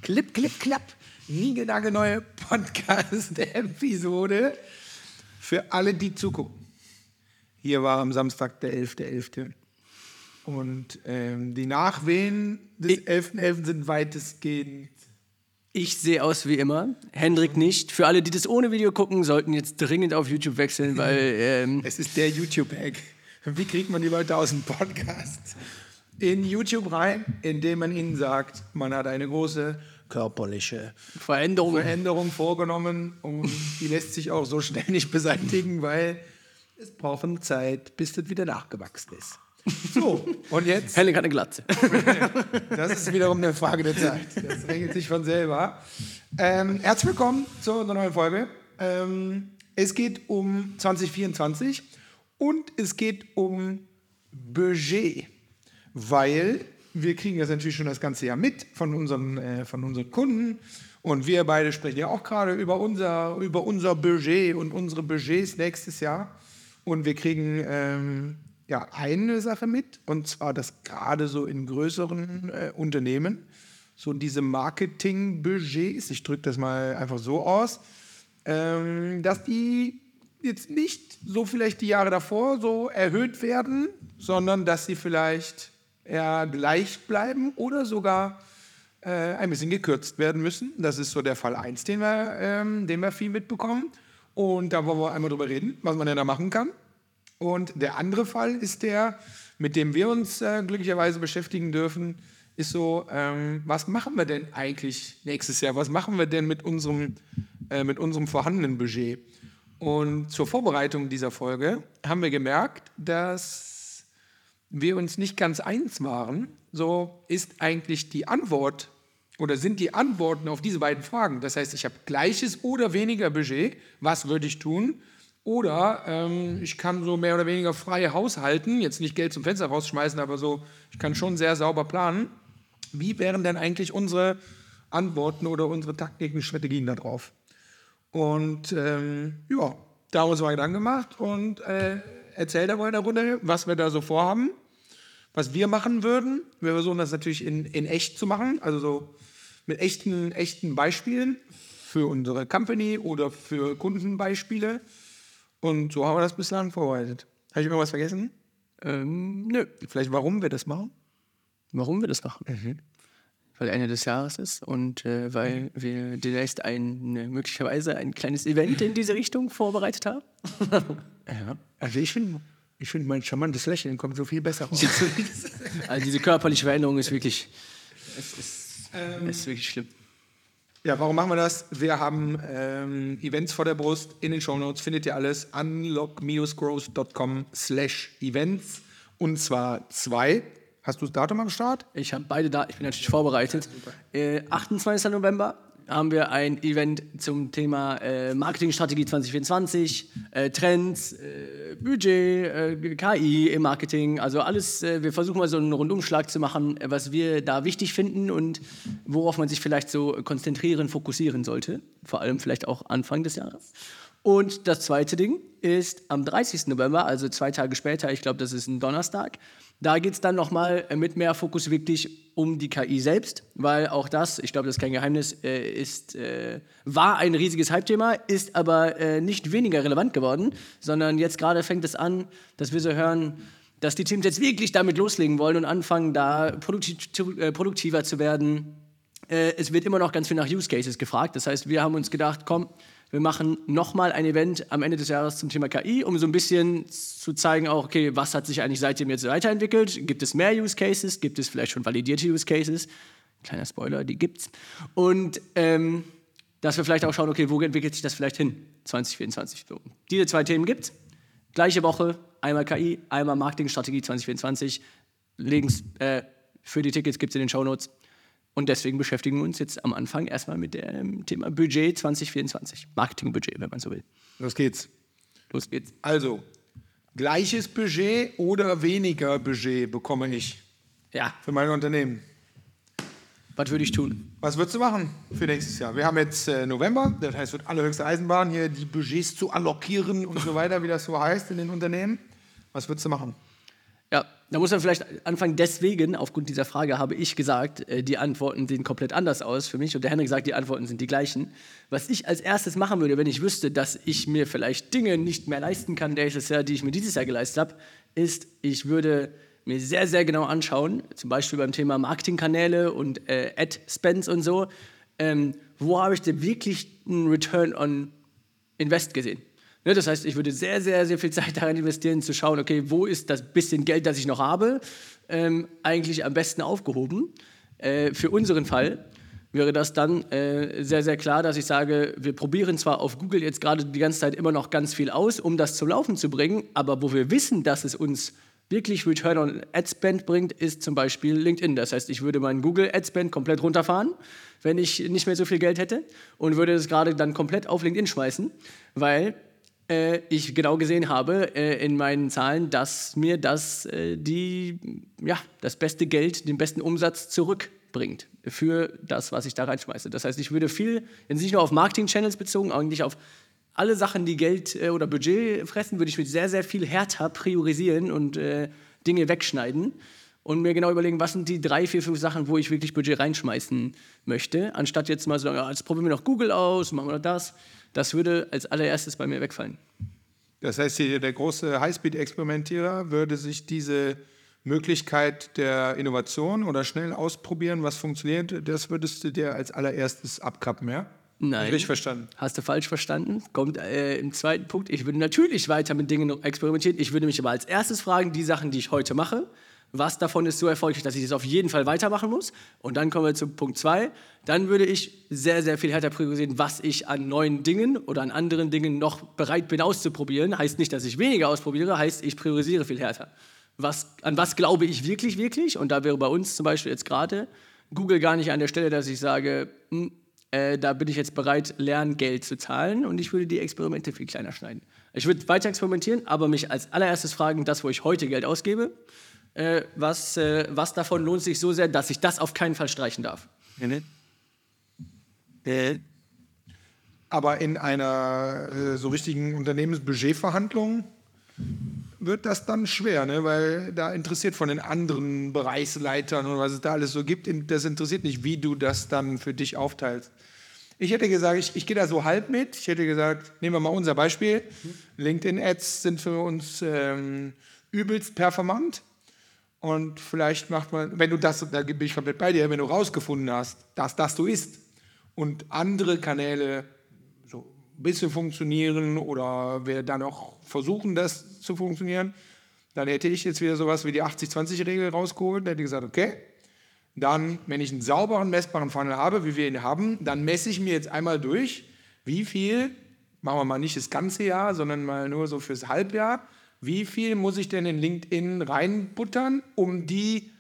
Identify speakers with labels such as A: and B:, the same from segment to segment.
A: Klipp, klipp, klapp. Niegelnagelneue Podcast-Episode für alle, die zugucken. Hier war am Samstag der 11.11. Und die Nachwehen des 11.11. sind weitestgehend...
B: Ich sehe aus wie immer, Hendrik nicht. Für alle, die das ohne Video gucken, sollten jetzt dringend auf YouTube wechseln, weil...
A: Es ist der YouTube-Hack. Wie kriegt man die Leute aus dem Podcast in YouTube rein, indem man ihnen sagt, man hat eine große körperliche Veränderung vorgenommen und die lässt sich auch so schnell nicht beseitigen, weil es braucht eine Zeit, bis das wieder nachgewachsen ist. So, und jetzt...
B: Hendrik hat eine Glatze.
A: Das ist wiederum eine Frage der Zeit. Das regelt sich von selber. Herzlich willkommen zu unserer neuen Folge. Es geht um 2024 und es geht um Budget. Weil wir kriegen das natürlich schon das ganze Jahr mit von unseren Kunden. Und wir beide sprechen ja auch gerade über unser Budget und unsere Budgets nächstes Jahr. Und wir kriegen eine Sache mit, und zwar, dass gerade so in größeren Unternehmen so diese Marketing-Budgets, ich drücke das mal einfach so aus, dass die jetzt nicht so vielleicht die Jahre davor so erhöht werden, sondern dass sie vielleicht eher gleich bleiben oder sogar ein bisschen gekürzt werden müssen. Das ist so der Fall 1, den wir viel mitbekommen. Und da wollen wir einmal drüber reden, was man denn da machen kann. Und der andere Fall ist der, mit dem wir uns glücklicherweise beschäftigen dürfen, ist so, was machen wir denn eigentlich nächstes Jahr? Was machen wir denn mit unserem vorhandenen Budget? Und zur Vorbereitung dieser Folge haben wir gemerkt, dass wir uns nicht ganz eins waren. So ist eigentlich die Antwort oder sind die Antworten auf diese beiden Fragen. Das heißt, ich habe gleiches oder weniger Budget. Was würde ich tun? Oder ich kann so mehr oder weniger frei haushalten, jetzt nicht Geld zum Fenster rausschmeißen, aber so, ich kann schon sehr sauber planen. Wie wären denn eigentlich unsere Antworten oder unsere Taktiken, Strategien da drauf? Und da haben wir uns mal Gedanken gemacht und erzähl da mal in der Runde, was wir da so vorhaben, was wir machen würden. Wir versuchen das natürlich in echt zu machen, also so mit echten Beispielen für unsere Company oder für Kundenbeispiele. Und so haben wir das bislang vorbereitet. Habe ich irgendwas vergessen?
B: Nö.
A: Vielleicht, warum wir das machen?
B: Warum wir das machen? Weil Ende des Jahres ist und weil wir demnächst möglicherweise ein kleines Event in diese Richtung vorbereitet haben.
A: Ja. Also ich finde, mein charmantes Lächeln kommt so viel besser raus.
B: Also diese körperliche Veränderung ist wirklich, ist wirklich schlimm.
A: Ja, warum machen wir das? Wir haben Events vor der Brust. In den Shownotes findet ihr alles. unlock-growth.com/events. Und zwar 2. Hast du das Datum am Start?
B: Ich habe beide da. Ich bin natürlich vorbereitet. 28. November haben wir ein Event zum Thema Marketingstrategie 2024, Trends, Budget, KI im Marketing, also alles. Wir versuchen mal so einen Rundumschlag zu machen, was wir da wichtig finden und worauf man sich vielleicht so konzentrieren, fokussieren sollte. Vor allem vielleicht auch Anfang des Jahres. Und das zweite Ding ist am 30. November, also 2 Tage später, ich glaube, das ist ein Donnerstag. Da geht es dann nochmal mit mehr Fokus wirklich um die KI selbst, weil auch das, ich glaube, das ist kein Geheimnis, war ein riesiges Hype-Thema, ist aber nicht weniger relevant geworden, sondern jetzt gerade fängt es an, dass wir so hören, dass die Teams jetzt wirklich damit loslegen wollen und anfangen, da produktiver zu werden. Es wird immer noch ganz viel nach Use Cases gefragt, das heißt, wir haben uns gedacht, komm, wir machen nochmal ein Event am Ende des Jahres zum Thema KI, um so ein bisschen zu zeigen, auch, okay, was hat sich eigentlich seitdem jetzt weiterentwickelt? Gibt es mehr Use Cases? Gibt es vielleicht schon validierte Use Cases? Kleiner Spoiler, die gibt's. Und dass wir vielleicht auch schauen, okay, wo entwickelt sich das vielleicht hin? 2024. So. Diese 2 Themen gibt's. Gleiche Woche, einmal KI, einmal Marketingstrategie 2024. Links für die Tickets gibt es in den Shownotes. Und deswegen beschäftigen wir uns jetzt am Anfang erstmal mit dem Thema Budget 2024. Marketingbudget, wenn man so will.
A: Los geht's.
B: Los geht's.
A: Also, gleiches Budget oder weniger Budget bekomme ich für mein Unternehmen?
B: Was würde ich tun?
A: Was würdest du machen für nächstes Jahr? Wir haben jetzt November, das heißt, wird allerhöchste Eisenbahn, hier die Budgets zu allokieren und so weiter, wie das so heißt in den Unternehmen. Was würdest du machen?
B: Ja, da muss man vielleicht anfangen. Deswegen, aufgrund dieser Frage, habe ich gesagt, die Antworten sehen komplett anders aus für mich. Und der Henrik sagt, die Antworten sind die gleichen. Was ich als erstes machen würde, wenn ich wüsste, dass ich mir vielleicht Dinge nicht mehr leisten kann, die ich mir dieses Jahr geleistet habe, ist, ich würde mir sehr, sehr genau anschauen, zum Beispiel beim Thema Marketingkanäle und Ad-Spends und so, wo habe ich denn wirklich einen Return on Invest gesehen? Ne, das heißt, ich würde sehr, sehr, sehr viel Zeit darin investieren, zu schauen, okay, wo ist das bisschen Geld, das ich noch habe, eigentlich am besten aufgehoben. Für unseren Fall wäre das dann sehr, sehr klar, dass ich sage, wir probieren zwar auf Google jetzt gerade die ganze Zeit immer noch ganz viel aus, um das zum Laufen zu bringen, aber wo wir wissen, dass es uns wirklich Return on Ad Spend bringt, ist zum Beispiel LinkedIn. Das heißt, ich würde meinen Google Ad Spend komplett runterfahren, wenn ich nicht mehr so viel Geld hätte, und würde es gerade dann komplett auf LinkedIn schmeißen, weil ich genau gesehen habe in meinen Zahlen, dass mir das das beste Geld, den besten Umsatz zurückbringt für das, was ich da reinschmeiße. Das heißt, ich würde viel, jetzt nicht nur auf Marketing-Channels bezogen, eigentlich auf alle Sachen, die Geld oder Budget fressen, würde ich mit sehr, sehr viel härter priorisieren und Dinge wegschneiden und mir genau überlegen, was sind die 3, 4, 5 Sachen, wo ich wirklich Budget reinschmeißen möchte, anstatt jetzt mal so, ja, jetzt probieren wir noch Google aus, machen wir noch das. Das würde als allererstes bei mir wegfallen.
A: Das heißt, hier der große Highspeed-Experimentierer würde sich diese Möglichkeit der Innovation oder schnell ausprobieren, was funktioniert, das würdest du dir als allererstes abkappen, ja?
B: Nein.
A: Richtig verstanden.
B: Hast du falsch verstanden? Kommt im zweiten Punkt. Ich würde natürlich weiter mit Dingen experimentieren. Ich würde mich aber als erstes fragen, die Sachen, die ich heute mache, was davon ist so erfolgreich, dass ich das auf jeden Fall weitermachen muss? Und dann kommen wir zu Punkt 2. Dann würde ich sehr, sehr viel härter priorisieren, was ich an neuen Dingen oder an anderen Dingen noch bereit bin auszuprobieren. Heißt nicht, dass ich weniger ausprobiere, heißt, ich priorisiere viel härter. An was glaube ich wirklich, wirklich? Und da wäre bei uns zum Beispiel jetzt gerade Google gar nicht an der Stelle, dass ich sage, da bin ich jetzt bereit, Lerngeld zu zahlen, und ich würde die Experimente viel kleiner schneiden. Ich würde weiter experimentieren, aber mich als allererstes fragen, das, wo ich heute Geld ausgebe, was davon lohnt sich so sehr, dass ich das auf keinen Fall streichen darf.
A: Aber in einer so richtigen Unternehmensbudgetverhandlung wird das dann schwer, ne? Weil da interessiert von den anderen Bereichsleitern und was es da alles so gibt, das interessiert nicht, wie du das dann für dich aufteilst. Ich hätte gesagt, ich gehe da so halb mit. Ich hätte gesagt, nehmen wir mal unser Beispiel. LinkedIn-Ads sind für uns übelst performant. Und vielleicht macht man, wenn du das, da bin ich komplett bei dir, wenn du rausgefunden hast, dass das so ist und andere Kanäle so ein bisschen funktionieren oder wir dann auch versuchen, das zu funktionieren, dann hätte ich jetzt wieder sowas wie die 80-20-Regel rausgeholt. Dann hätte ich gesagt, okay, dann, wenn ich einen sauberen, messbaren Funnel habe, wie wir ihn haben, dann messe ich mir jetzt einmal durch, wie viel, machen wir mal nicht das ganze Jahr, sondern mal nur so fürs Halbjahr, wie viel muss ich denn in LinkedIn reinbuttern, um die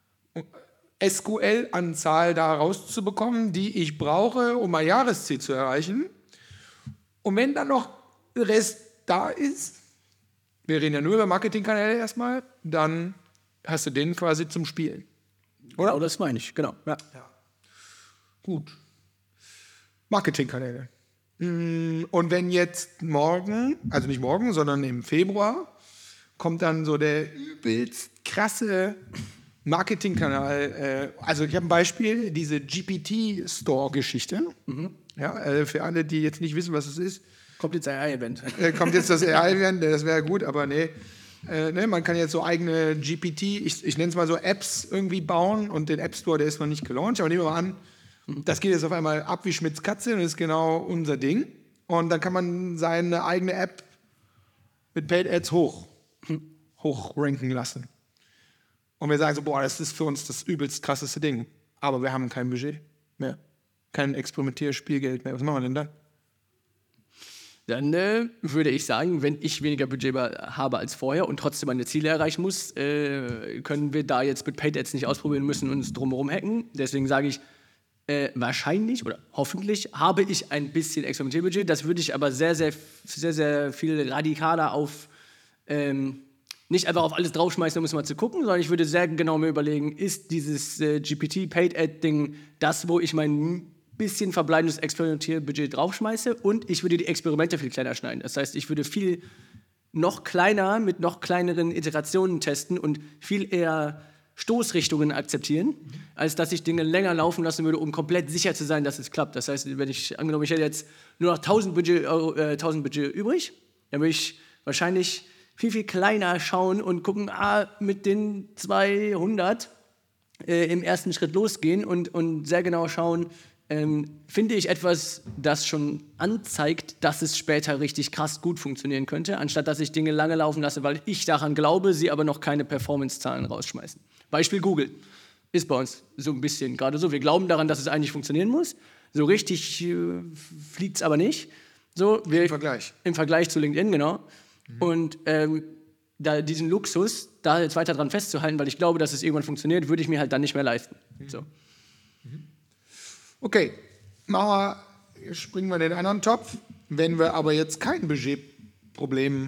A: SQL-Anzahl da rauszubekommen, die ich brauche, um mein Jahresziel zu erreichen. Und wenn dann noch der Rest da ist, wir reden ja nur über Marketingkanäle erstmal, dann hast du den quasi zum Spielen.
B: Oder? Genau, das meine ich, genau. Ja.
A: Gut. Marketingkanäle. Und wenn jetzt morgen, also nicht morgen, sondern im Februar, kommt dann so der übelst krasse Marketingkanal. Also ich habe ein Beispiel, diese GPT-Store-Geschichte. Ja, für alle, die jetzt nicht wissen, was es ist.
B: Kommt jetzt ein AI-Event.
A: Kommt jetzt das AI-Event, das wäre gut, aber nee. Man kann jetzt so eigene GPT, ich nenne es mal so Apps irgendwie bauen, und den App Store, der ist noch nicht gelauncht, aber nehmen wir mal an, das geht jetzt auf einmal ab wie Schmitz Katze und ist genau unser Ding. Und dann kann man seine eigene App mit Paid Ads hochranken lassen. Und wir sagen so, boah, das ist für uns das übelst krasseste Ding. Aber wir haben kein Budget mehr. Kein Experimentierspielgeld mehr. Was machen wir denn da?
B: Dann würde ich sagen, wenn ich weniger Budget habe als vorher und trotzdem meine Ziele erreichen muss, können wir da jetzt mit Paid Ads nicht ausprobieren, müssen uns drumherum hacken. Deswegen sage ich, wahrscheinlich oder hoffentlich habe ich ein bisschen Experimentierbudget. Das würde ich aber sehr, sehr, sehr, sehr viel radikaler auf, nicht einfach auf alles draufschmeißen, um es mal zu gucken, sondern ich würde sehr genau mir überlegen, ist dieses GPT-Paid-Ad-Ding das, wo ich mein bisschen verbleibendes Experimentierbudget draufschmeiße, und ich würde die Experimente viel kleiner schneiden. Das heißt, ich würde viel noch kleiner, mit noch kleineren Iterationen testen und viel eher Stoßrichtungen akzeptieren, als dass ich Dinge länger laufen lassen würde, um komplett sicher zu sein, dass es klappt. Das heißt, wenn ich angenommen, ich hätte jetzt nur noch 1000 Budget übrig, dann würde ich wahrscheinlich viel, viel kleiner schauen und gucken, mit den 200 im ersten Schritt losgehen und sehr genau schauen, finde ich etwas, das schon anzeigt, dass es später richtig krass gut funktionieren könnte, anstatt dass ich Dinge lange laufen lasse, weil ich daran glaube, sie aber noch keine Performance-Zahlen rausschmeißen. Beispiel Google ist bei uns so ein bisschen gerade so. Wir glauben daran, dass es eigentlich funktionieren muss. So richtig fliegt es aber nicht. So,
A: Im Vergleich.
B: Im Vergleich zu LinkedIn, genau. Und da diesen Luxus, da jetzt weiter dran festzuhalten, weil ich glaube, dass es irgendwann funktioniert, würde ich mir halt dann nicht mehr leisten. So.
A: Okay, springen wir in den anderen Topf. Wenn wir aber jetzt kein Budgetproblem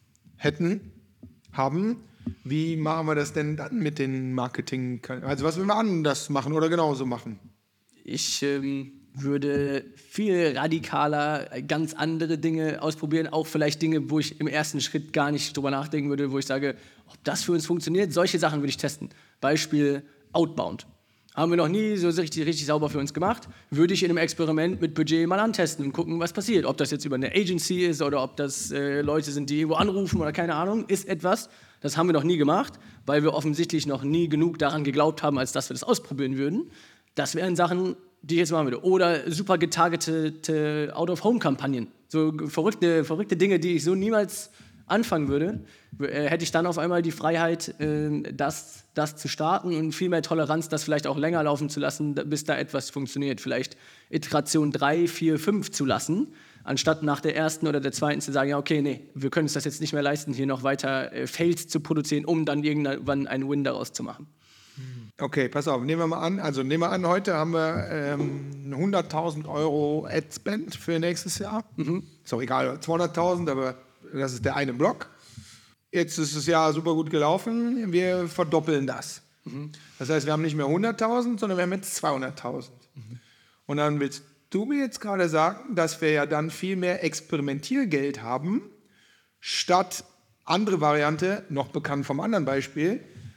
A: haben, wie machen wir das denn dann mit den Marketing? Also was will man anders machen oder genauso machen?
B: Ich würde viel radikaler ganz andere Dinge ausprobieren, auch vielleicht Dinge, wo ich im ersten Schritt gar nicht drüber nachdenken würde, wo ich sage, ob das für uns funktioniert. Solche Sachen würde ich testen. Beispiel Outbound. Haben wir noch nie so richtig sauber für uns gemacht. Würde ich in einem Experiment mit Budget mal antesten und gucken, was passiert. Ob das jetzt über eine Agency ist oder ob das Leute sind, die irgendwo anrufen oder keine Ahnung, ist etwas, das haben wir noch nie gemacht, weil wir offensichtlich noch nie genug daran geglaubt haben, als dass wir das ausprobieren würden. Das wären Sachen, die ich jetzt machen würde. Oder super getargetete Out-of-Home-Kampagnen. So verrückte Dinge, die ich so niemals anfangen würde, hätte ich dann auf einmal die Freiheit, das zu starten und viel mehr Toleranz, das vielleicht auch länger laufen zu lassen, bis da etwas funktioniert. Vielleicht Iteration 3, 4, 5 zu lassen, anstatt nach der ersten oder der zweiten zu sagen, ja okay, nee, wir können uns das jetzt nicht mehr leisten, hier noch weiter Fails zu produzieren, um dann irgendwann einen Win daraus zu machen.
A: Okay, pass auf, nehmen wir an, heute haben wir 100.000 Euro Ad-Spend für nächstes Jahr. Ist auch egal, 200.000, aber das ist der eine Block. Jetzt ist das Jahr super gut gelaufen, wir verdoppeln das. Das heißt, wir haben nicht mehr 100.000, sondern wir haben jetzt 200.000. Und dann willst du mir jetzt gerade sagen, dass wir ja dann viel mehr Experimentiergeld haben, statt andere Variante, noch bekannt vom anderen Beispiel,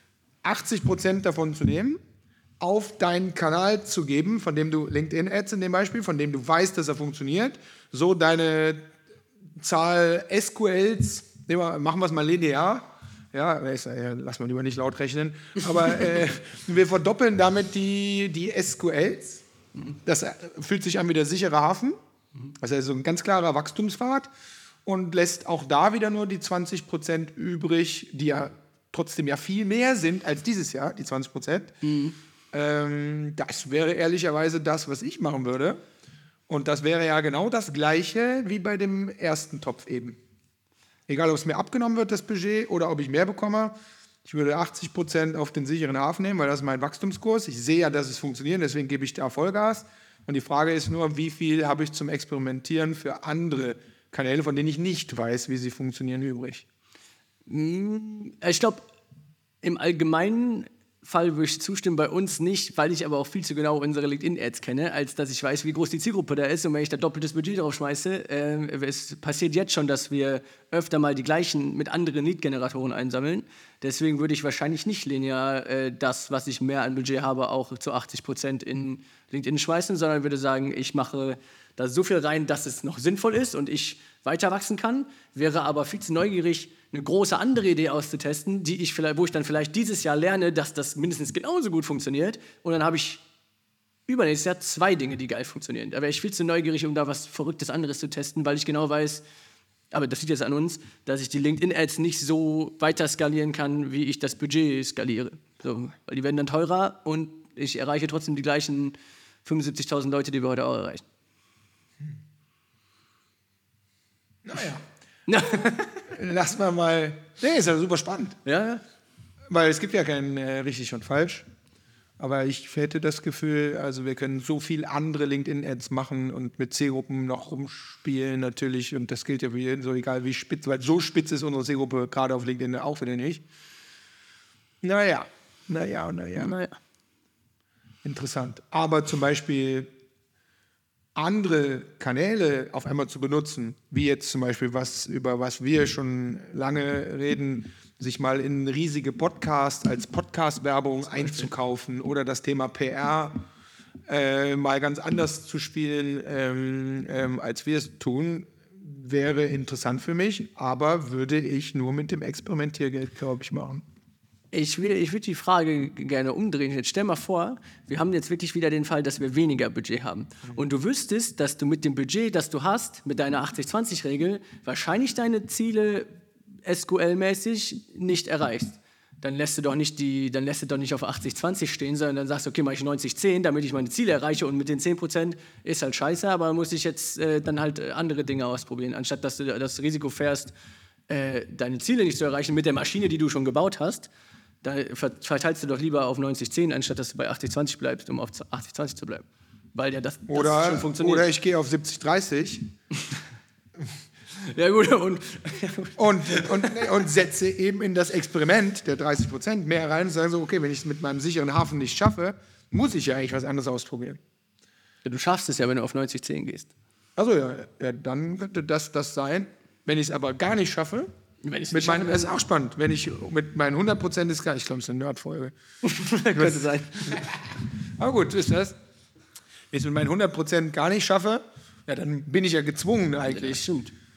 A: 80% davon zu nehmen, auf deinen Kanal zu geben, von dem du LinkedIn-Ads in dem Beispiel, von dem du weißt, dass er funktioniert, so deine Zahl SQLs, machen wir es mal linear, ja, lass mal lieber nicht laut rechnen, aber wir verdoppeln damit die SQLs, das fühlt sich an wie der sichere Hafen, das heißt so ein ganz klarer Wachstumspfad und lässt auch da wieder nur die 20% übrig, die ja trotzdem ja viel mehr sind als dieses Jahr, die 20%. Das wäre ehrlicherweise das, was ich machen würde. Und das wäre ja genau das Gleiche wie bei dem ersten Topf eben. Egal, ob es mir abgenommen wird, das Budget, oder ob ich mehr bekomme. Ich würde 80% auf den sicheren Hafen nehmen, weil das ist mein Wachstumskurs. Ich sehe ja, dass es funktioniert, deswegen gebe ich da Vollgas. Und die Frage ist nur, wie viel habe ich zum Experimentieren für andere Kanäle, von denen ich nicht weiß, wie sie funktionieren, übrig?
B: Ich glaube, im allgemeinen Fall würde ich zustimmen, bei uns nicht, weil ich aber auch viel zu genau unsere LinkedIn-Ads kenne, als dass ich weiß, wie groß die Zielgruppe da ist. Und wenn ich da doppeltes Budget drauf schmeiße, es passiert jetzt schon, dass wir öfter mal die gleichen mit anderen Lead-Generatoren einsammeln. Deswegen würde ich wahrscheinlich nicht linear das, was ich mehr an Budget habe, auch zu 80% in LinkedIn schmeißen, sondern würde sagen, ich mache da so viel rein, dass es noch sinnvoll ist und ich weiter wachsen kann, wäre aber viel zu neugierig, eine große andere Idee auszutesten, wo ich dann vielleicht dieses Jahr lerne, dass das mindestens genauso gut funktioniert und dann habe ich übernächstes Jahr 2 Dinge, die geil funktionieren. Da wäre ich viel zu neugierig, um da was Verrücktes anderes zu testen, weil ich genau weiß, aber das liegt jetzt an uns, dass ich die LinkedIn-Ads nicht so weiter skalieren kann, wie ich das Budget skaliere. So, weil die werden dann teurer und ich erreiche trotzdem die gleichen 75.000 Leute, die wir heute auch erreichen.
A: Naja. Lass mal. Nee, ist ja super spannend.
B: Ja.
A: Weil es gibt ja kein richtig und falsch. Aber ich hätte das Gefühl, also wir können so viel andere LinkedIn-Ads machen und mit Zielgruppen noch rumspielen natürlich. Und das gilt ja für jeden, so egal wie spitz, weil so spitz ist unsere Zielgruppe gerade auf LinkedIn auch wieder nicht. Naja. Interessant. Aber zum Beispiel andere Kanäle auf einmal zu benutzen, wie jetzt zum Beispiel über was wir schon lange reden, sich mal in riesige Podcasts als Podcast-Werbung einzukaufen oder das Thema PR mal ganz anders zu spielen, als wir es tun, wäre interessant für mich, aber würde ich nur mit dem Experimentiergeld, glaube ich, machen.
B: Ich würde die Frage gerne umdrehen. Jetzt stell mal vor, wir haben jetzt wirklich wieder den Fall, dass wir weniger Budget haben. Und du wüsstest, dass du mit dem Budget, das du hast, mit deiner 80-20-Regel, wahrscheinlich deine Ziele SQL-mäßig nicht erreichst. Dann lässt du doch nicht auf 80-20 stehen, sondern dann sagst du, okay, mache ich 90-10, damit ich meine Ziele erreiche, und mit den 10% ist halt scheiße, aber muss ich jetzt dann halt andere Dinge ausprobieren, anstatt dass du das Risiko fährst, deine Ziele nicht zu erreichen mit der Maschine, die du schon gebaut hast. Da verteilst du doch lieber auf 90-10, anstatt dass du bei 80-20 bleibst, um auf 80-20 zu bleiben. Weil ja das schon funktioniert.
A: Oder ich gehe auf 70-30.
B: Ja gut,
A: und setze eben in das Experiment der 30% mehr rein und sage so, okay, wenn ich es mit meinem sicheren Hafen nicht schaffe, muss ich ja eigentlich was anderes ausprobieren.
B: Ja, du schaffst es ja, wenn du auf 90-10 gehst.
A: Also ja, dann könnte das sein. Wenn ich es aber gar nicht schaffe, das ist auch spannend, wenn ich mit meinen 100% ich glaube, es ist eine Nerd-Folge.
B: Könnte sein.
A: Aber gut, ist das. Wenn ich es mit meinen 100% gar nicht schaffe, ja, dann bin ich ja gezwungen eigentlich,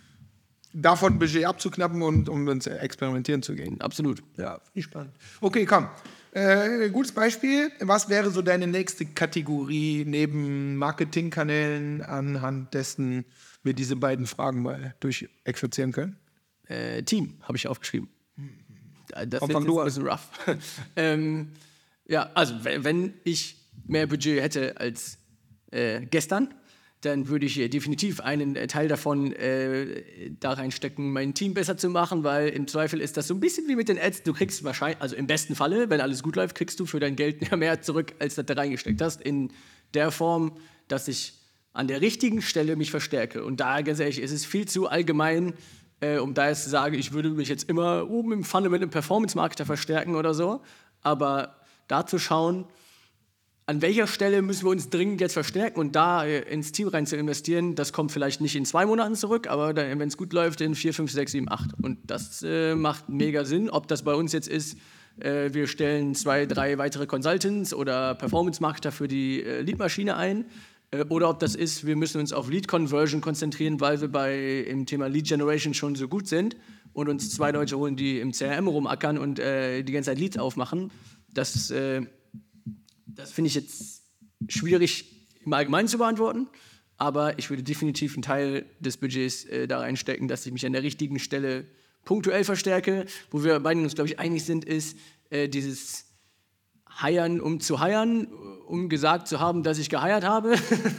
A: davon Budget abzuknappen und um ins Experimentieren zu gehen.
B: Absolut.
A: Ja, finde ich spannend. Okay, komm. Gutes Beispiel. Was wäre so deine nächste Kategorie neben Marketingkanälen, anhand dessen wir diese beiden Fragen mal durchexerzieren können?
B: Team, habe ich aufgeschrieben. Das ist
A: ein
B: bisschen rough. Ja, also wenn ich mehr Budget hätte als gestern, dann würde ich definitiv einen Teil davon da reinstecken, mein Team besser zu machen, weil im Zweifel ist das so ein bisschen wie mit den Ads. Du kriegst wahrscheinlich, also im besten Falle, wenn alles gut läuft, kriegst du für dein Geld mehr zurück, als das da reingesteckt hast, in der Form, dass ich an der richtigen Stelle mich verstärke. Und da, ganz ehrlich, ist es viel zu allgemein, um da jetzt zu sagen, ich würde mich jetzt immer oben im Funnel mit einem Performance-Marketer verstärken oder so. Aber da zu schauen, an welcher Stelle müssen wir uns dringend jetzt verstärken und da ins Team rein zu investieren, das kommt vielleicht nicht in 2 Monaten zurück, aber wenn es gut läuft, in 4, 5, 6, 7, 8. Und das macht mega Sinn. Ob das bei uns jetzt ist, wir stellen 2, 3 weitere Consultants oder Performance-Marketer für die Lead-Maschine ein, oder ob das ist, wir müssen uns auf Lead-Conversion konzentrieren, weil wir im Thema Lead-Generation schon so gut sind und uns 2 Leute holen, die im CRM rumackern und die ganze Zeit Leads aufmachen. Das finde ich jetzt schwierig im Allgemeinen zu beantworten, aber ich würde definitiv einen Teil des Budgets da reinstecken, dass ich mich an der richtigen Stelle punktuell verstärke. Wo wir beide uns, glaube ich, einig sind, ist dieses Hiren, um zu hiren, um gesagt zu haben, dass ich geheiert habe.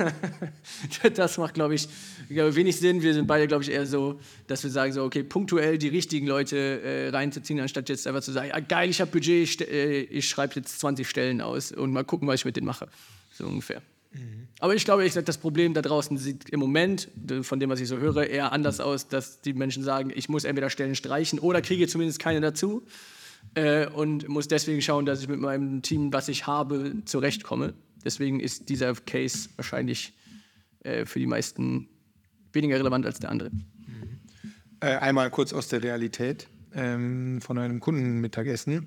B: Das macht, glaube ich, wenig Sinn. Wir sind beide, glaube ich, eher so, dass wir sagen, so, okay, punktuell die richtigen Leute reinzuziehen, anstatt jetzt einfach zu sagen, ja, geil, ich habe Budget, ich schreibe jetzt 20 Stellen aus und mal gucken, was ich mit denen mache. So ungefähr. Mhm. Aber ich glaube, das Problem da draußen sieht im Moment, von dem, was ich so höre, eher anders aus, dass die Menschen sagen, ich muss entweder Stellen streichen oder kriege zumindest keine dazu. Und muss deswegen schauen, dass ich mit meinem Team, was ich habe, zurechtkomme. Deswegen ist dieser Case wahrscheinlich für die meisten weniger relevant als der andere.
A: Einmal kurz aus der Realität von einem Kundenmittagessen.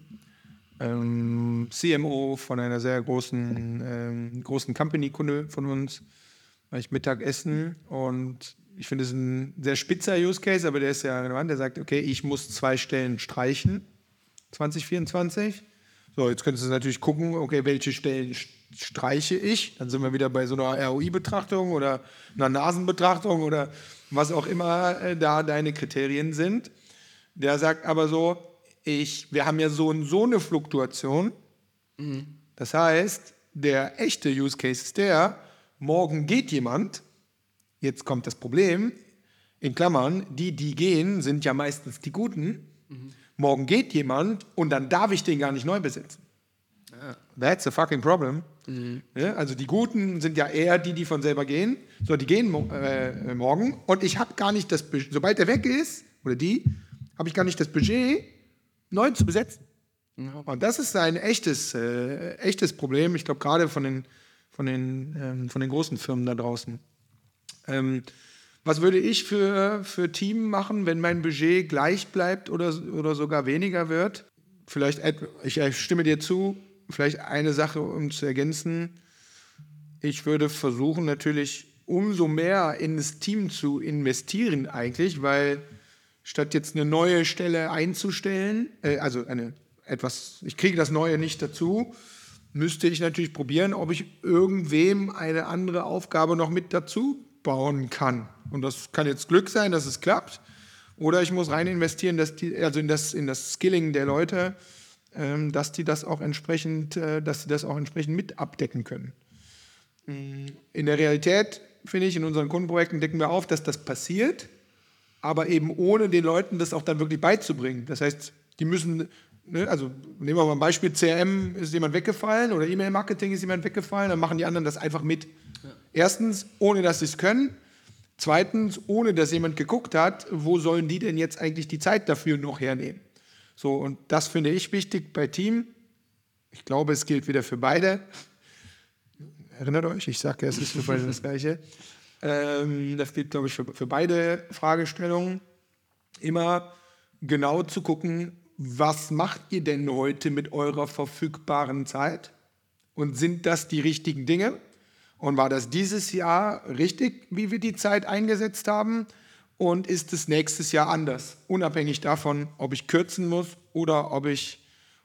A: CMO von einer sehr großen Company-Kunde von uns, war ich Mittagessen, und ich finde es ein sehr spitzer Use Case, aber der ist ja relevant. Der sagt, okay, ich muss 2 Stellen streichen 2024. So, jetzt könntest du natürlich gucken, okay, welche Stellen streiche ich? Dann sind wir wieder bei so einer ROI-Betrachtung oder einer Nasenbetrachtung oder was auch immer da deine Kriterien sind. Der sagt aber so, wir haben ja so eine Fluktuation. Mhm. Das heißt, der echte Use Case ist morgen geht jemand, jetzt kommt das Problem, in Klammern, die gehen, sind ja meistens die Guten. Mhm. Morgen geht jemand und dann darf ich den gar nicht neu besetzen. That's a fucking problem. Mhm. Ja, also die Guten sind ja eher die von selber gehen. So, die gehen morgen und ich habe gar nicht das Budget, sobald der weg ist, oder habe ich gar nicht das Budget, neu zu besetzen. Mhm. Und das ist ein echtes Problem, ich glaube gerade von den großen Firmen da draußen. Was würde ich für Team machen, wenn mein Budget gleich bleibt oder sogar weniger wird? Vielleicht, ich stimme dir zu, vielleicht eine Sache, um zu ergänzen. Ich würde versuchen, natürlich umso mehr in das Team zu investieren eigentlich, weil statt jetzt eine neue Stelle einzustellen, ich kriege das Neue nicht dazu, müsste ich natürlich probieren, ob ich irgendwem eine andere Aufgabe noch mit dazu bauen kann. Und das kann jetzt Glück sein, dass es klappt, oder ich muss rein investieren, in das Skilling der Leute, dass die das auch entsprechend mit abdecken können. In der Realität, finde ich, in unseren Kundenprojekten decken wir auf, dass das passiert, aber eben ohne den Leuten das auch dann wirklich beizubringen. Das heißt, die müssen, also nehmen wir mal ein Beispiel, CRM ist jemand weggefallen oder E-Mail-Marketing ist jemand weggefallen, dann machen die anderen das einfach mit. Ja. Erstens, ohne dass sie es können. Zweitens, ohne dass jemand geguckt hat, wo sollen die denn jetzt eigentlich die Zeit dafür noch hernehmen. So, und das finde ich wichtig bei Team. Ich glaube, es gilt wieder für beide. Erinnert euch, ich sage, es ist für beide das Gleiche. Das gilt, glaube ich, für beide Fragestellungen. Immer genau zu gucken, was macht ihr denn heute mit eurer verfügbaren Zeit? Und sind das die richtigen Dinge? Und war das dieses Jahr richtig, wie wir die Zeit eingesetzt haben? Und ist es nächstes Jahr anders? Unabhängig davon, ob ich kürzen muss oder ob ich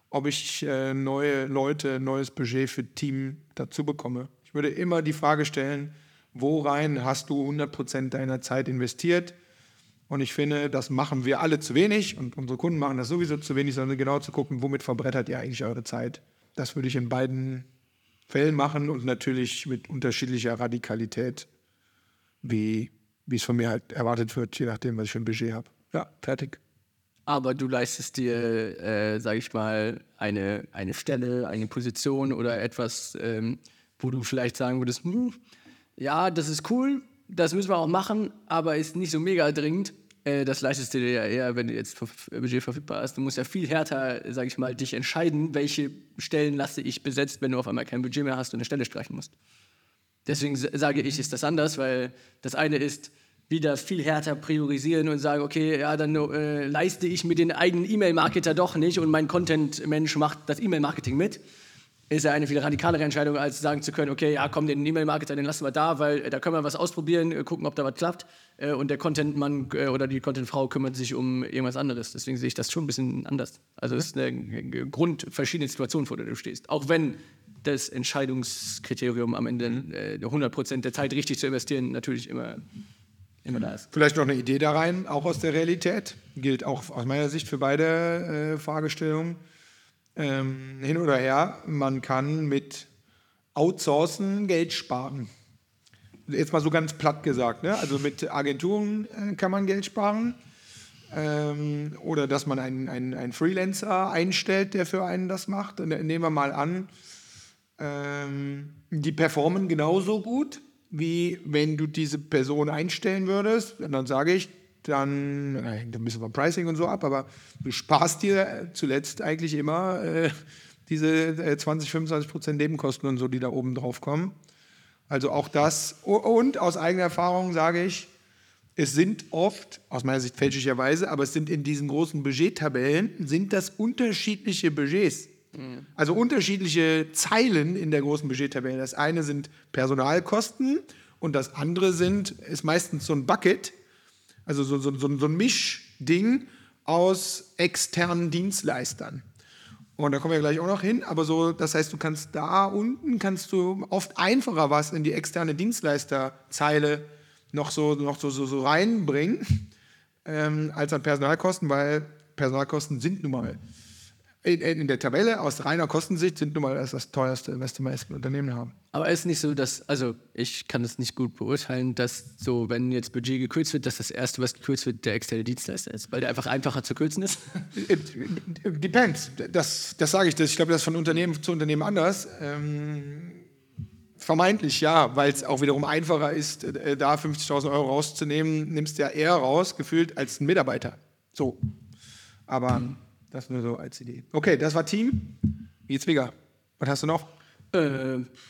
A: neue Leute, neues Budget für Team dazu bekomme. Ich würde immer die Frage stellen, worein hast du 100% deiner Zeit investiert? Und ich finde, das machen wir alle zu wenig und unsere Kunden machen das sowieso zu wenig, sondern genau zu gucken, womit verbrettert ihr eigentlich eure Zeit? Das würde ich in beiden Fällen machen und natürlich mit unterschiedlicher Radikalität, wie es von mir halt erwartet wird, je nachdem, was ich für ein Budget habe. Ja, fertig.
B: Aber du leistest dir, sage ich mal, eine Stelle, eine Position oder etwas, wo du vielleicht sagen würdest, ja, das ist cool, das müssen wir auch machen, aber ist nicht so mega dringend. Das leistest du dir ja eher, wenn du jetzt Budget verfügbar hast. Du musst ja viel härter, sage ich mal, dich entscheiden, welche Stellen lasse ich besetzt, wenn du auf einmal kein Budget mehr hast und eine Stelle streichen musst. Deswegen sage ich, ist das anders, weil das eine ist, wieder viel härter priorisieren und sagen, okay, ja, dann leiste ich mir den eigenen E-Mail-Marketer doch nicht und mein Content-Mensch macht das E-Mail-Marketing mit. Ist ja eine viel radikalere Entscheidung, als sagen zu können, okay, ja komm, den E-Mail-Marketer, den lassen wir da, weil da können wir was ausprobieren, gucken, ob da was klappt. Und der Content-Mann oder die Content-Frau kümmert sich um irgendwas anderes. Deswegen sehe ich das schon ein bisschen anders. Also es ist eine grundverschiedene Situation, vor der du stehst. Auch wenn das Entscheidungskriterium am Ende 100% der Zeit richtig zu investieren natürlich immer da ist.
A: Vielleicht noch eine Idee da rein, auch aus der Realität. Gilt auch aus meiner Sicht für beide Fragestellungen. Hin oder her, man kann mit Outsourcen Geld sparen. Jetzt mal so ganz platt gesagt, ne? Also mit Agenturen kann man Geld sparen. Oder dass man einen Freelancer einstellt, der für einen das macht. Und nehmen wir mal an, die performen genauso gut, wie wenn du diese Person einstellen würdest. Und dann sage ich, dann hängt ein bisschen vom Pricing und so ab, aber du sparst dir zuletzt eigentlich immer diese 20-25% Nebenkosten und so, die da oben drauf kommen. Also auch das. Und aus eigener Erfahrung sage ich, es sind oft, aus meiner Sicht fälschlicherweise, aber es sind in diesen großen Budgettabellen, sind das unterschiedliche Budgets. Mhm. Also unterschiedliche Zeilen in der großen Budgettabelle. Das eine sind Personalkosten und das andere ist meistens so ein Bucket, also so ein Mischding aus externen Dienstleistern. Und da kommen wir gleich auch noch hin, aber so, das heißt, du kannst da unten oft einfacher was in die externe Dienstleisterzeile noch so reinbringen, als an Personalkosten, weil Personalkosten sind nun mal in der Tabelle aus reiner Kostensicht sind nun mal das teuerste, was die meisten Unternehmen haben.
B: Aber es ist nicht so, also ich kann das nicht gut beurteilen, dass so, wenn jetzt Budget gekürzt wird, dass das Erste, was gekürzt wird, der externe Dienstleister ist, weil der einfach einfacher zu kürzen ist?
A: Depends. Das sage ich. Ich glaube, das ist von Unternehmen zu Unternehmen anders. Vermeintlich ja, weil es auch wiederum einfacher ist, da 50.000 Euro rauszunehmen, nimmst du ja eher raus, gefühlt, als ein Mitarbeiter. So. Aber das nur so als Idee. Okay, das war Team. Jetzt Vega. Was hast du noch?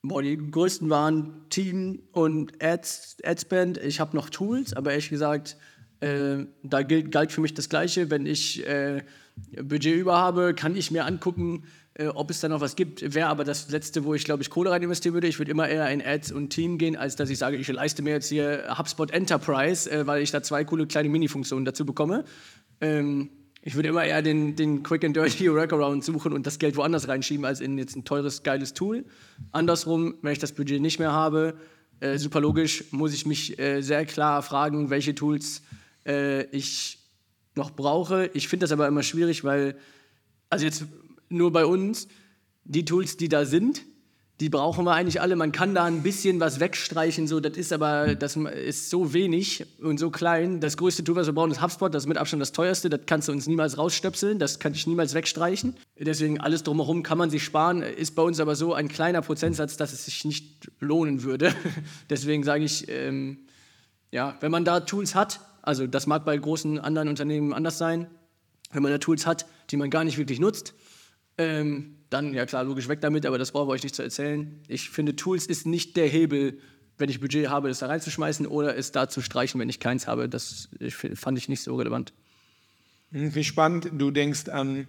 B: Die größten waren Team und Adspend. Ich habe noch Tools, aber ehrlich gesagt, da galt für mich das Gleiche. Wenn ich Budget über habe, kann ich mir angucken, ob es da noch was gibt. Wäre aber das Letzte, wo ich, glaube ich, Kohle rein investieren würde. Ich würde immer eher in Ads und Team gehen, als dass ich sage, ich leiste mir jetzt hier HubSpot Enterprise, weil ich da 2 coole kleine Mini-Funktionen dazu bekomme. Ich würde immer eher den Quick and Dirty Workaround suchen und das Geld woanders reinschieben, als in jetzt ein teures, geiles Tool. Andersrum, wenn ich das Budget nicht mehr habe, super logisch, muss ich mich sehr klar fragen, welche Tools ich noch brauche. Ich finde das aber immer schwierig, weil, also jetzt nur bei uns, die Tools, die da sind, die brauchen wir eigentlich alle. Man kann da ein bisschen was wegstreichen, so, das ist so wenig und so klein. Das größte Tool, was wir brauchen, ist HubSpot, das ist mit Abstand das teuerste. Das kannst du uns niemals rausstöpseln, das kann ich niemals wegstreichen. Deswegen alles drumherum kann man sich sparen, ist bei uns aber so ein kleiner Prozentsatz, dass es sich nicht lohnen würde. Deswegen sage ich, ja, wenn man da Tools hat, also das mag bei großen anderen Unternehmen anders sein, wenn man da Tools hat, die man gar nicht wirklich nutzt, dann, ja klar, logisch weg damit, aber das brauchen wir euch nicht zu erzählen. Ich finde, Tools ist nicht der Hebel, wenn ich Budget habe, das da reinzuschmeißen oder es da zu streichen, wenn ich keins habe. Das fand ich nicht so relevant.
A: Wie spannend, du denkst an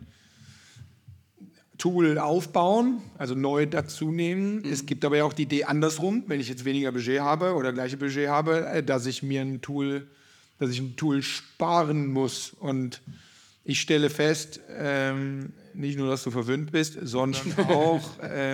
A: Tool aufbauen, also neu dazu nehmen. Es gibt aber ja auch die Idee andersrum, wenn ich jetzt weniger Budget habe oder gleiche Budget habe, dass ich ein Tool sparen muss. Und ich stelle fest, nicht nur, dass du verwöhnt bist, sondern auch,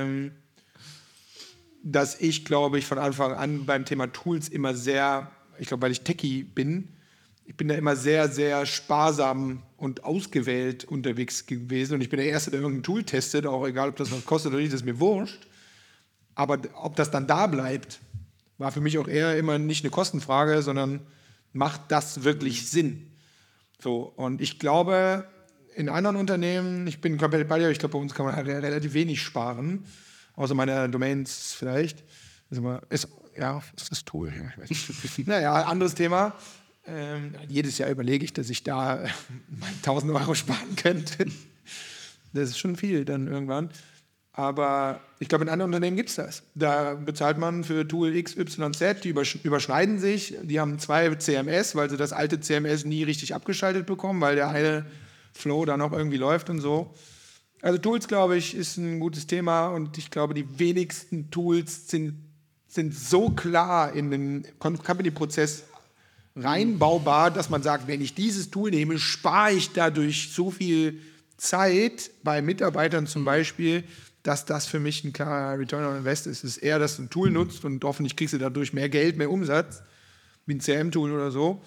A: dass ich, glaube ich, von Anfang an beim Thema Tools immer sehr, ich glaube, weil ich Techie bin, ich bin da immer sehr, sehr sparsam und ausgewählt unterwegs gewesen. Und ich bin der Erste, der irgendein Tool testet, auch egal, ob das was kostet oder nicht, das ist mir wurscht. Aber ob das dann da bleibt, war für mich auch eher immer nicht eine Kostenfrage, sondern macht das wirklich Sinn? So, und ich glaube, in anderen Unternehmen, ich bin komplett bei dir, ich glaube, bei uns kann man halt relativ wenig sparen, außer meiner Domains vielleicht. Ist das Tool, ja, ich weiß nicht. Naja, anderes Thema. Jedes Jahr überlege ich, dass ich da 1.000 Euro sparen könnte. Das ist schon viel dann irgendwann. Aber ich glaube, in anderen Unternehmen gibt es das. Da bezahlt man für Tool X, Y, Z, die überschneiden sich. Die haben 2 CMS, weil sie das alte CMS nie richtig abgeschaltet bekommen, weil der eine Flow da noch irgendwie läuft und so. Also Tools, glaube ich, ist ein gutes Thema und ich glaube, die wenigsten Tools sind so klar in den Company-Prozess reinbaubar, dass man sagt, wenn ich dieses Tool nehme, spare ich dadurch so viel Zeit bei Mitarbeitern zum Beispiel, dass das für mich ein klarer Return on Invest ist. Es ist eher, dass du ein Tool nutzt und hoffentlich kriegst du dadurch mehr Geld, mehr Umsatz, wie ein CRM-Tool oder so.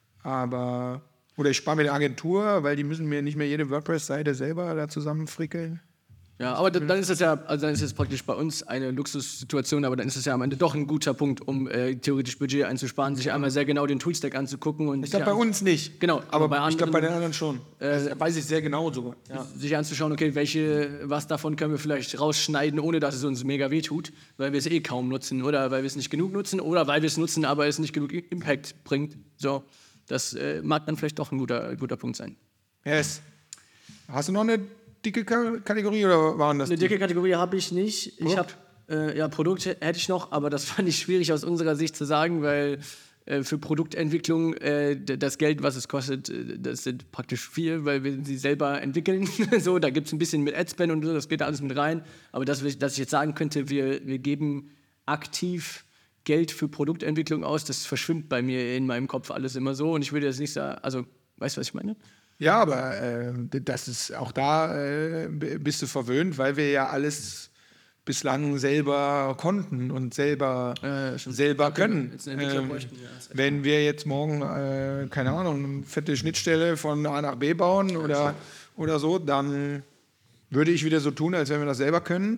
A: Oder ich spare mir eine Agentur, weil die müssen mir nicht mehr jede WordPress-Seite selber da zusammenfrickeln.
B: Ja, aber dann ist das ja, also dann ist es praktisch bei uns eine Luxussituation, aber dann ist es ja am Ende doch ein guter Punkt, um theoretisch Budget einzusparen, sich einmal sehr genau den Toolstack anzugucken. Und
A: ich glaube, bei uns nicht.
B: Genau,
A: aber bei anderen, ich glaube, bei den anderen schon. Das weiß ich sehr genau sogar.
B: Ja. Sich anzuschauen, okay, was davon können wir vielleicht rausschneiden, ohne dass es uns mega wehtut, weil wir es eh kaum nutzen oder weil wir es nicht genug nutzen oder weil wir es nutzen, aber es nicht genug Impact bringt. So, das mag dann vielleicht doch ein guter Punkt sein.
A: Yes. Hast du noch eine dicke Kategorie oder waren das?
B: Eine dicke Kategorie habe ich nicht. Ich habe Produkte hätte ich noch, aber das fand ich schwierig aus unserer Sicht zu sagen, weil für Produktentwicklung das Geld, was es kostet, das sind praktisch viel, weil wir sie selber entwickeln. So, da gibt es ein bisschen mit Adspend und so, das geht da alles mit rein. Aber dass ich jetzt sagen könnte, wir geben aktiv Geld für Produktentwicklung aus, das verschwimmt bei mir in meinem Kopf alles immer so. Und ich würde jetzt nicht sagen, also, weißt du, was ich meine?
A: Ja, aber das ist auch da bist du verwöhnt, weil wir ja alles bislang selber konnten und selber können. Wenn wir jetzt morgen, keine Ahnung, eine fette Schnittstelle von A nach B bauen oder so, dann würde ich wieder so tun, als wenn wir das selber können.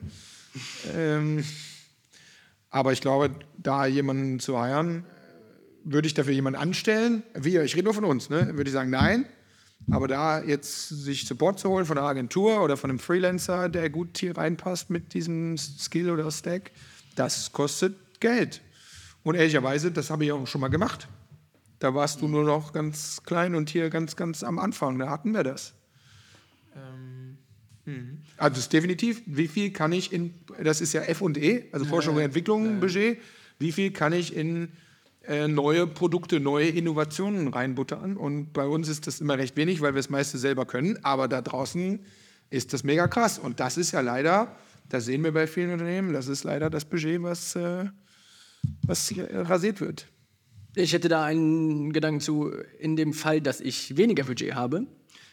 A: Aber ich glaube, da jemanden zu heiren, würde ich dafür jemanden anstellen? Ich rede nur von uns, ne? Würde ich sagen, nein. Aber da jetzt sich Support zu holen von einer Agentur oder von einem Freelancer, der gut hier reinpasst mit diesem Skill oder Stack, das kostet Geld. Und ehrlicherweise, das habe ich auch schon mal gemacht. Da warst du nur noch ganz klein und hier ganz, ganz am Anfang, da hatten wir das. Also das ist definitiv, wie viel kann ich das ist ja F&E, also Forschung und Entwicklung, Budget, wie viel kann ich in neue Produkte, neue Innovationen reinbuttern? Und bei uns ist das immer recht wenig, weil wir das meiste selber können, aber da draußen ist das mega krass. Und das ist ja leider, das sehen wir bei vielen Unternehmen, das ist leider das Budget, was rasiert wird.
B: Ich hätte da einen Gedanken zu, in dem Fall, dass ich weniger Budget habe.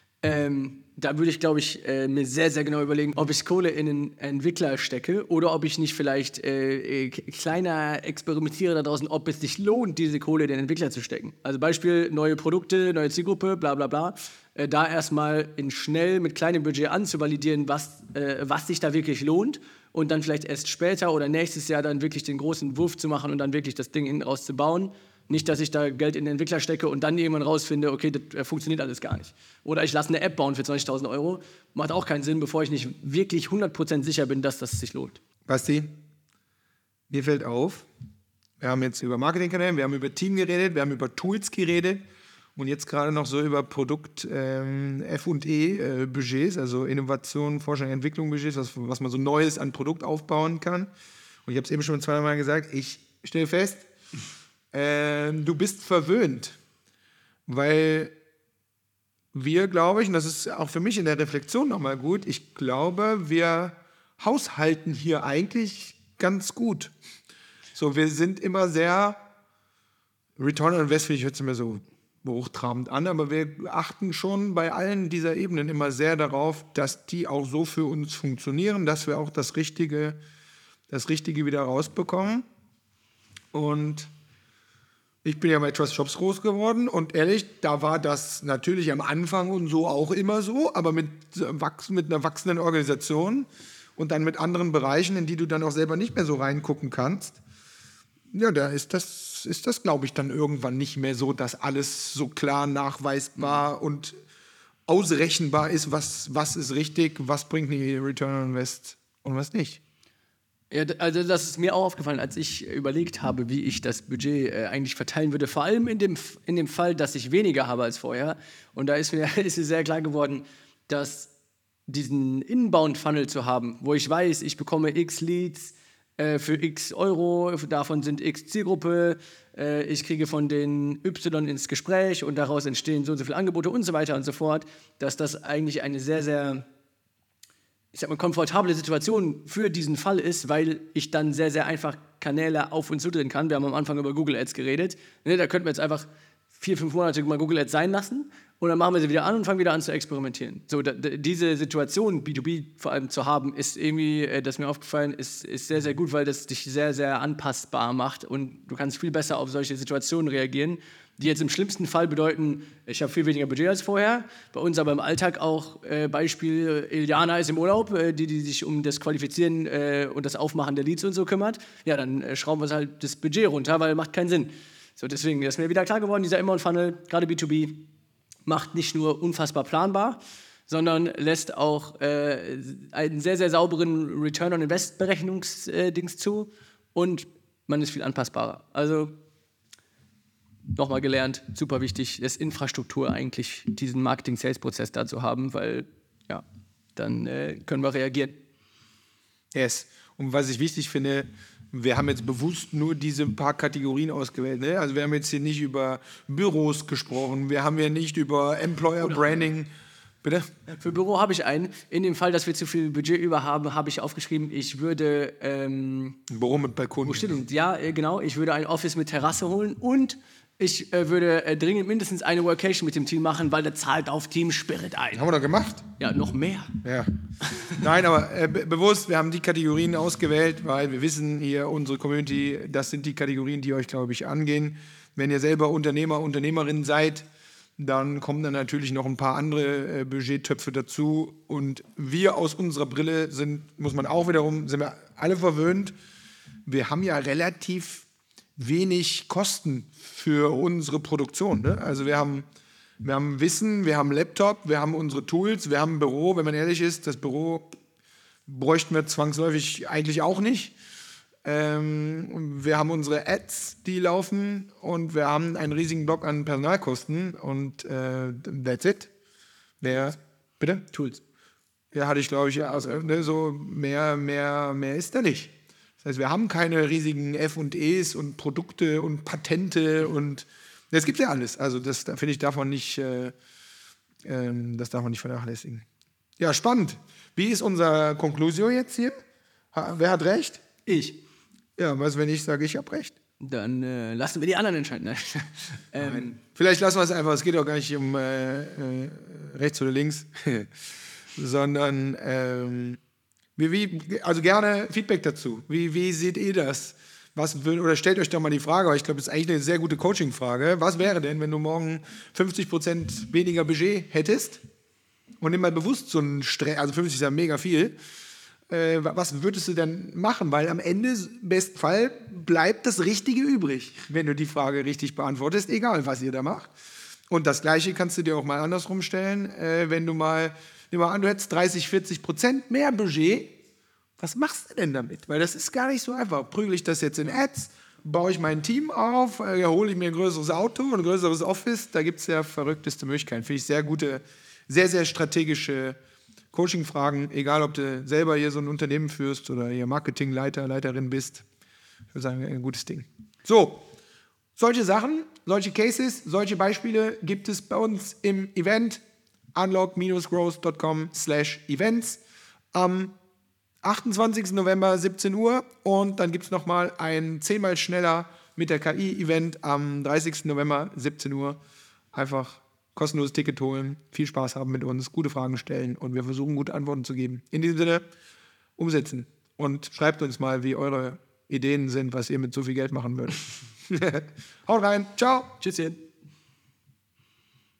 B: Da würde ich, glaube ich, mir sehr, sehr genau überlegen, ob ich Kohle in einen Entwickler stecke oder ob ich nicht vielleicht kleiner experimentiere da draußen, ob es sich lohnt, diese Kohle in den Entwickler zu stecken. Also Beispiel, neue Produkte, neue Zielgruppe, bla bla bla. Da erstmal schnell mit kleinem Budget anzuvalidieren, was sich da wirklich lohnt und dann vielleicht erst später oder nächstes Jahr dann wirklich den großen Wurf zu machen und dann wirklich das Ding hinten raus zu bauen. Nicht, dass ich da Geld in den Entwickler stecke und dann irgendwann rausfinde, okay, das funktioniert alles gar nicht. Oder ich lasse eine App bauen für 20.000 Euro. Macht auch keinen Sinn, bevor ich nicht wirklich 100% sicher bin, dass das sich lohnt.
A: Basti, mir fällt auf, wir haben jetzt über Marketingkanäle, wir haben über Team geredet, wir haben über Tools geredet und jetzt gerade noch so über Produkt F&E Budgets, also Innovation, Forschung, Entwicklung Budgets, was man so Neues an Produkt aufbauen kann. Und ich habe es eben schon zweimal gesagt, ich stelle fest, du bist verwöhnt, weil wir, glaube ich, und das ist auch für mich in der Reflexion nochmal gut, ich glaube, wir haushalten hier eigentlich ganz gut. So, wir sind immer sehr, Return on Invest, hört sich mir so hochtrabend an, aber wir achten schon bei allen dieser Ebenen immer sehr darauf, dass die auch so für uns funktionieren, dass wir auch das Richtige wieder rausbekommen. Und ich bin ja bei Trust Shops groß geworden und ehrlich, da war das natürlich am Anfang und so auch immer so, aber mit einer wachsenden Organisation und dann mit anderen Bereichen, in die du dann auch selber nicht mehr so reingucken kannst, ja, da ist das, glaube ich, dann irgendwann nicht mehr so, dass alles so klar nachweisbar und ausrechenbar ist, was ist richtig, was bringt die Return on Invest und was nicht.
B: Ja, also das ist mir auch aufgefallen, als ich überlegt habe, wie ich das Budget eigentlich verteilen würde. Vor allem in dem Fall, dass ich weniger habe als vorher. Und da ist mir sehr klar geworden, dass diesen Inbound-Funnel zu haben, wo ich weiß, ich bekomme x Leads für x Euro, davon sind x Zielgruppe, ich kriege von den Y ins Gespräch und daraus entstehen so und so viele Angebote und so weiter und so fort, dass das eigentlich eine sehr, sehr komfortable Situation für diesen Fall ist, weil ich dann sehr, sehr einfach Kanäle auf und zudrehen kann. Wir haben am Anfang über Google Ads geredet. Ne, da könnten wir jetzt einfach 4-5 Monate mal Google Ads sein lassen und dann machen wir sie wieder an und fangen wieder an zu experimentieren. So, diese Situation, B2B vor allem zu haben, ist irgendwie, das ist mir aufgefallen, ist sehr, sehr gut, weil das dich sehr, sehr anpassbar macht und du kannst viel besser auf solche Situationen reagieren, die jetzt im schlimmsten Fall bedeuten, ich habe viel weniger Budget als vorher. Bei uns aber im Alltag auch Beispiel, Iliana ist im Urlaub, die sich um das Qualifizieren und das Aufmachen der Leads und so kümmert. Ja, dann schrauben wir halt das Budget runter, weil macht keinen Sinn. So, deswegen ist mir wieder klar geworden, dieser Inbound-Funnel, gerade B2B, macht nicht nur unfassbar planbar, sondern lässt auch einen sehr, sehr sauberen Return-on-Invest-Berechnungsdings zu und man ist viel anpassbarer. Also nochmal gelernt, super wichtig, ist Infrastruktur eigentlich, diesen Marketing-Sales-Prozess da zu haben, weil ja, dann können wir reagieren.
A: Yes. Und was ich wichtig finde, wir haben jetzt bewusst nur diese paar Kategorien ausgewählt. Ne? Also wir haben jetzt hier nicht über Büros gesprochen, wir haben ja nicht über Employer Branding. Bitte?
B: Für Büro habe ich einen. In dem Fall, dass wir zu viel Budget über haben, habe ich aufgeschrieben, ich würde
A: ein Büro mit Balkon.
B: Wo steht denn? Ja, genau, ich würde ein Office mit Terrasse holen und ich würde dringend mindestens eine Workation mit dem Team machen, weil der zahlt auf Team Spirit ein.
A: Haben wir doch gemacht?
B: Ja, noch mehr.
A: Ja. Nein, aber bewusst, wir haben die Kategorien ausgewählt, weil wir wissen hier, unsere Community, das sind die Kategorien, die euch, glaube ich, angehen. Wenn ihr selber Unternehmer, Unternehmerin seid, dann kommen dann natürlich noch ein paar andere Budgettöpfe dazu. Und wir aus unserer Brille sind wir alle verwöhnt. Wir haben ja relativ wenig Kosten für unsere Produktion. Ne? Also wir haben Wissen, wir haben Laptop, wir haben unsere Tools, wir haben ein Büro. Wenn man ehrlich ist, das Büro bräuchten wir zwangsläufig eigentlich auch nicht. Wir haben unsere Ads, die laufen und wir haben einen riesigen Block an Personalkosten und that's it. Bitte?
B: Tools.
A: Ja, hatte ich, glaube ich, ja. Also, ne, so mehr ist da nicht. Das heißt, wir haben keine riesigen F&Es und Produkte und Patente und das gibt ja alles. Also das da finde ich davon nicht, das darf man nicht vernachlässigen. Ja, spannend. Wie ist unser Conclusio jetzt hier? Wer hat recht?
B: Ich.
A: Ja, was, wenn ich sage, ich habe recht?
B: Dann lassen wir die anderen entscheiden.
A: Nein. Vielleicht lassen wir es einfach, es geht auch gar nicht um rechts oder links, sondern also gerne Feedback dazu. Wie seht ihr das? Oder stellt euch doch mal die Frage, aber ich glaube, das ist eigentlich eine sehr gute Coaching-Frage. Was wäre denn, wenn du morgen 50% weniger Budget hättest und nimm mal bewusst so einen Stress, also 50 ist ja mega viel, was würdest du denn machen? Weil am Ende, im besten Fall, bleibt das Richtige übrig, wenn du die Frage richtig beantwortest, egal was ihr da macht. Und das Gleiche kannst du dir auch mal andersrum stellen, wenn du mal, nimm mal an, du hättest 30-40% mehr Budget, was machst du denn damit? Weil das ist gar nicht so einfach. Prügel ich das jetzt in Ads? Baue ich mein Team auf? Hole ich mir ein größeres Auto, ein größeres Office? Da gibt es ja verrückteste Möglichkeiten. Finde ich sehr gute, sehr, sehr strategische Coaching-Fragen, egal ob du selber hier so ein Unternehmen führst oder hier Marketingleiter, Leiterin bist. Ich würde sagen, ein gutes Ding. So, solche Sachen, solche Cases, solche Beispiele gibt es bei uns im Event unlock-growth.com/events am 28. November 17 Uhr und dann gibt es nochmal ein 10-mal schneller mit der KI-Event am 30. November 17 Uhr. Einfach kostenloses Ticket holen, viel Spaß haben mit uns, gute Fragen stellen und wir versuchen, gute Antworten zu geben. In diesem Sinne, umsetzen und schreibt uns mal, wie eure Ideen sind, was ihr mit so viel Geld machen würdet. Haut rein, ciao.
B: Tschüsschen.